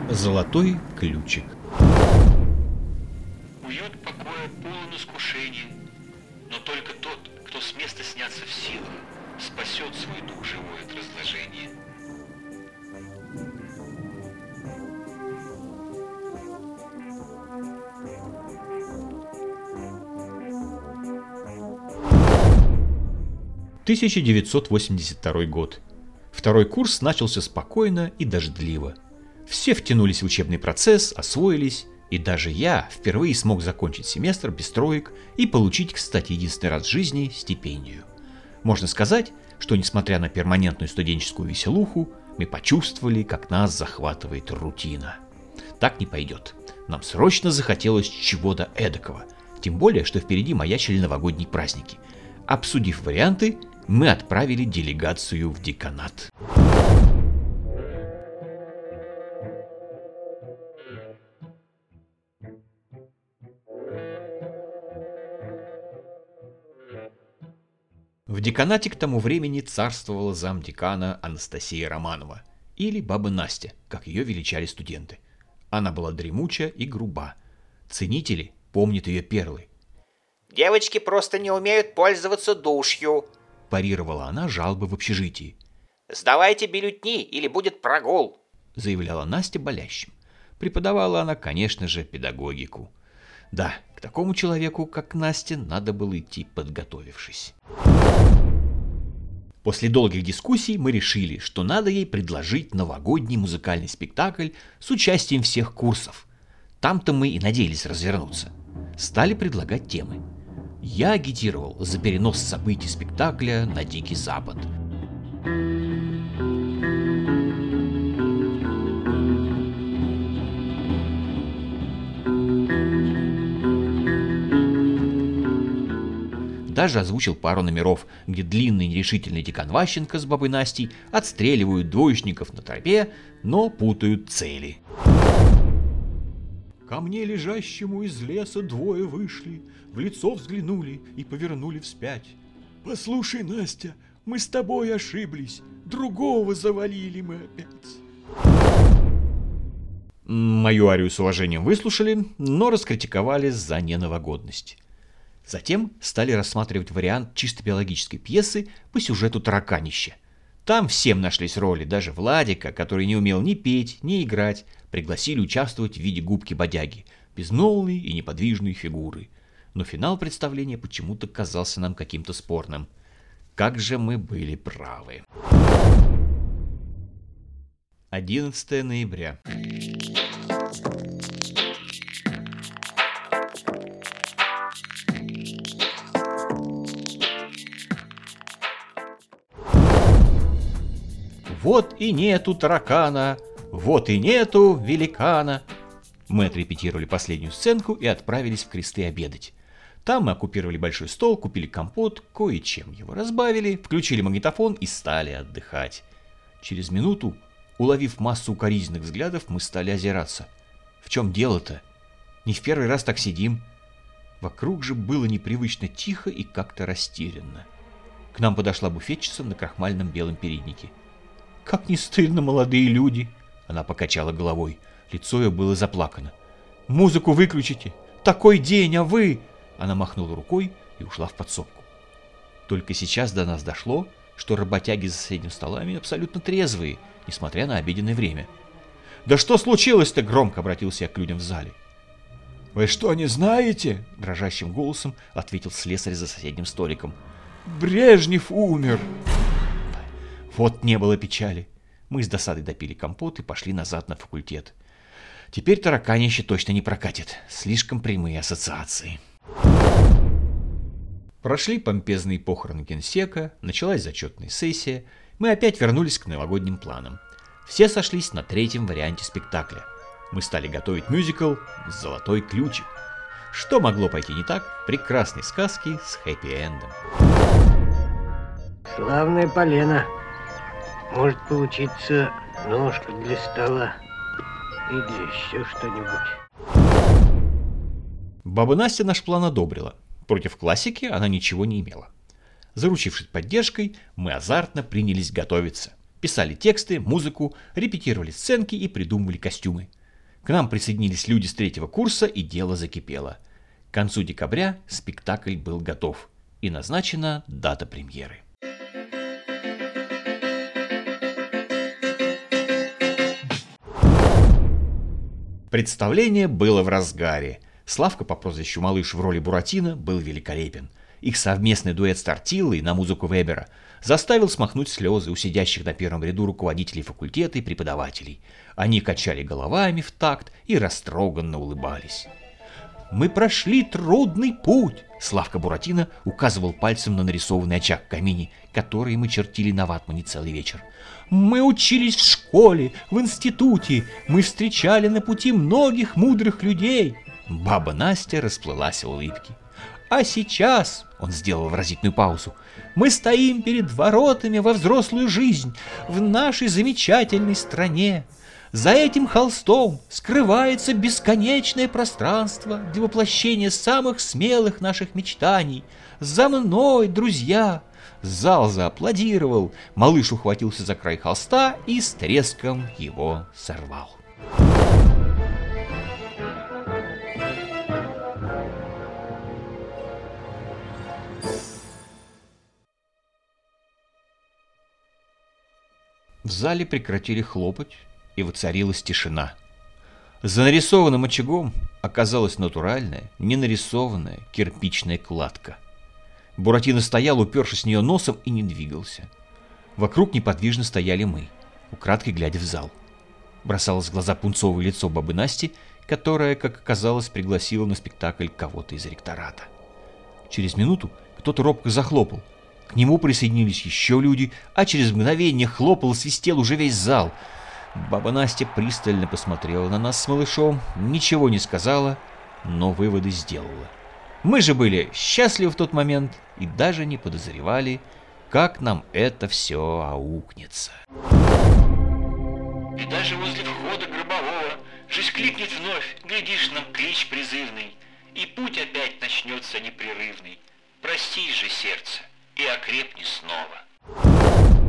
Золотой ключик. Уют покоя полон искушения, но только тот, кто с места сняться в силах, спасет свой дух живой от разложения. — 1982 год. Второй курс начался спокойно и дождливо. Все втянулись в учебный процесс, освоились, и даже я впервые смог закончить семестр без троек и получить, кстати, единственный раз в жизни стипендию. Можно сказать, что несмотря на перманентную студенческую веселуху, мы почувствовали, как нас захватывает рутина. Так не пойдет. Нам срочно захотелось чего-то эдакого, тем более, что впереди маячили новогодние праздники. Обсудив варианты, мы отправили делегацию в деканат. В деканате к тому времени царствовала замдекана Анастасия Романова, или Баба Настя, как ее величали студенты. Она была дремуча и груба. Ценители помнят ее перлы. «Девочки просто не умеют пользоваться душью», — парировала она жалобы в общежитии. «Сдавайте бюллетени, или будет прогул», — заявляла Настя болящим. Преподавала она, конечно же, педагогику. Да, к такому человеку, как Настя, надо было идти подготовившись. После долгих дискуссий мы решили, что надо ей предложить новогодний музыкальный спектакль с участием всех курсов. Там-то мы и надеялись развернуться. Стали предлагать темы. Я агитировал за перенос событий спектакля на Дикий Запад. Даже озвучил пару номеров, где длинный нерешительный декан Ващенко с бабой Настей отстреливают двоечников на тропе, но путают цели. Ко мне, лежащему из леса, двое вышли, в лицо взглянули и повернули вспять. «Послушай, Настя, мы с тобой ошиблись, другого завалили мы опять». Мою арию с уважением выслушали, но раскритиковали за неновогодность. Затем стали рассматривать вариант чисто биологической пьесы по сюжету «Тараканище». Там всем нашлись роли, даже Владика, который не умел ни петь, ни играть, пригласили участвовать в виде губки-бодяги, безмолвной и неподвижной фигуры. Но финал представления почему-то казался нам каким-то спорным. Как же мы были правы. 11 ноября. Вот и нету таракана, вот и нету великана. Мы отрепетировали последнюю сценку и отправились в Кресты обедать. Там мы оккупировали большой стол, купили компот, кое-чем его разбавили, включили магнитофон и стали отдыхать. Через минуту, уловив массу укоризненных взглядов, мы стали озираться. В чем дело-то? Не в первый раз так сидим. Вокруг же было непривычно тихо и как-то растерянно. К нам подошла буфетчица на крахмальном белом переднике. «Как не стыдно, молодые люди!» Она покачала головой. Лицо ее было заплакано. «Музыку выключите! Такой день, а вы...» Она махнула рукой и ушла в подсобку. Только сейчас до нас дошло, что работяги за соседними столами абсолютно трезвые, несмотря на обеденное время. «Да что случилось-то?» — громко обратился я к людям в зале. «Вы что, не знаете?» — дрожащим голосом ответил слесарь за соседним столиком. «Брежнев умер!» Вот не было печали. Мы с досадой допили компот и пошли назад на факультет. Теперь тараканище точно не прокатит. Слишком прямые ассоциации. Прошли помпезные похороны генсека, началась зачетная сессия. Мы опять вернулись к новогодним планам. Все сошлись на третьем варианте спектакля. Мы стали готовить мюзикл «Золотой ключик». Что могло пойти не так в прекрасной сказке с хэппи-эндом? Славная полена. Может получиться ножка для стола или еще что-нибудь. Баба Настя наш план одобрила. Против классики она ничего не имела. Заручившись поддержкой, мы азартно принялись готовиться. Писали тексты, музыку, репетировали сценки и придумывали костюмы. К нам присоединились люди с 3-го курса, и дело закипело. К концу декабря спектакль был готов, и назначена дата премьеры. Представление было в разгаре. Славка по прозвищу Малыш в роли Буратино был великолепен. Их совместный дуэт с Тортиллой на музыку Вебера заставил смахнуть слезы у сидящих на первом ряду руководителей факультета и преподавателей. Они качали головами в такт и растроганно улыбались. «Мы прошли трудный путь!» Славка Буратино указывал пальцем на нарисованный очаг в камине, который мы чертили на ватмане целый вечер. «Мы учились в школе, в институте, мы встречали на пути многих мудрых людей!» Баба Настя расплылась в улыбке. «А сейчас, — он сделал выразительную паузу, — мы стоим перед воротами во взрослую жизнь в нашей замечательной стране. За этим холстом скрывается бесконечное пространство для воплощения самых смелых наших мечтаний. За мной, друзья!» Зал зааплодировал, малыш ухватился за край холста и с треском его сорвал. В зале прекратили хлопать, и воцарилась тишина. За нарисованным очагом оказалась натуральная, ненарисованная кирпичная кладка. Буратино стоял, упершись в нее носом, и не двигался. Вокруг неподвижно стояли мы, украдкой глядя в зал. Бросалось в глаза пунцовое лицо бабы Насти, которая, как оказалось, пригласила на спектакль кого-то из ректората. Через минуту кто-то робко захлопал. К нему присоединились еще люди, а через мгновение хлопал и свистел уже весь зал. Баба Настя пристально посмотрела на нас с малышом, ничего не сказала, но выводы сделала. Мы же были счастливы в тот момент и даже не подозревали, как нам это все аукнется. И даже возле входа гробового жизнь кликнет вновь, глядишь, нам клич призывный, и путь опять начнется непрерывный. Прости же, сердце, и окрепни снова.